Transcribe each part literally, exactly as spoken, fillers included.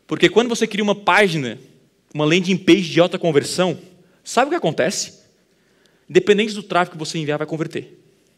Porque quando você cria uma página, uma landing page de alta conversão, sabe o que acontece? Independente do tráfego que você enviar, vai converter.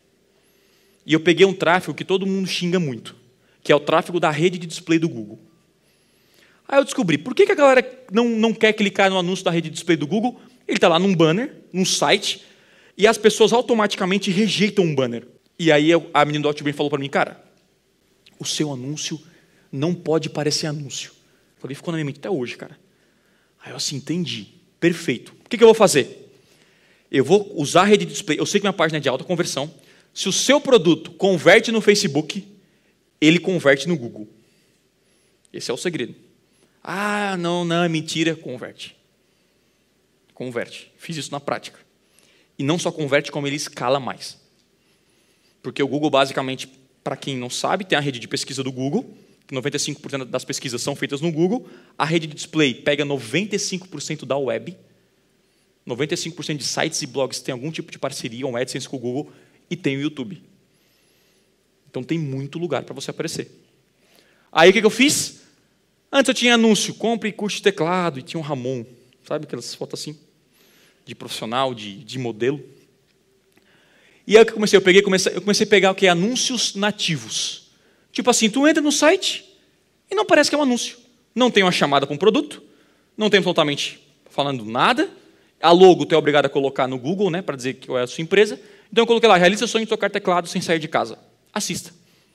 E eu peguei um tráfego que todo mundo xinga muito, que é o tráfego da rede de display do Google. Aí eu descobri, por que que a galera não, não quer clicar no anúncio da rede de display do Google? Ele está lá num banner, num site, e as pessoas automaticamente rejeitam um banner. E aí a menina do Outbrain falou para mim, cara, o seu anúncio não pode parecer anúncio. Eu falei, ficou na minha mente até hoje, cara. Aí eu assim, entendi, perfeito. O que que eu vou fazer? Eu vou usar a rede de display, eu sei que minha página é de alta conversão, se o seu produto converte no Facebook, ele converte no Google. Esse é o segredo. Ah, não, não, é mentira, converte. Converte. Fiz isso na prática. E não só converte, como ele escala mais. Porque o Google, basicamente, para quem não sabe, tem a rede de pesquisa do Google, que noventa e cinco por cento das pesquisas são feitas no Google. A rede de display pega noventa e cinco por cento da web. noventa e cinco por cento de sites e blogs têm algum tipo de parceria, um AdSense com o Google, e tem o YouTube. Então tem muito lugar para você aparecer. Aí o que que eu fiz? Antes eu tinha anúncio, compre e curte teclado, e tinha um Ramon, sabe aquelas fotos assim? De profissional, de, de modelo. E aí o que eu comecei? Eu, peguei, comecei, eu comecei a pegar o que? Anúncios nativos. Tipo assim, tu entra no site e não parece que é um anúncio. Não tem uma chamada com um produto, não tem absolutamente falando nada. A logo tu é obrigado a colocar no Google, né, para dizer que é a sua empresa. Então eu coloquei lá, realiza o sonho de tocar teclado sem sair de casa. Assista.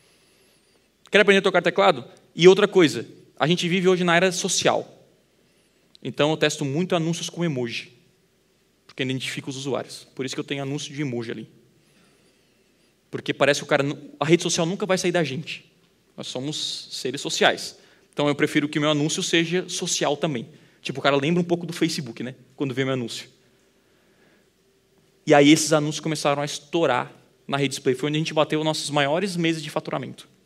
Quer aprender a tocar teclado? E outra coisa, a gente vive hoje na era social. Então eu testo muito anúncios com emoji, porque identifica os usuários. Por isso que eu tenho anúncio de emoji ali. Porque parece que o cara, a rede social nunca vai sair da gente. Nós somos seres sociais. Então eu prefiro que o meu anúncio seja social também. Tipo, o cara lembra um pouco do Facebook, né? Quando vê meu anúncio. E aí esses anúncios começaram a estourar na rede display. Foi onde a gente bateu nossos maiores meses de faturamento.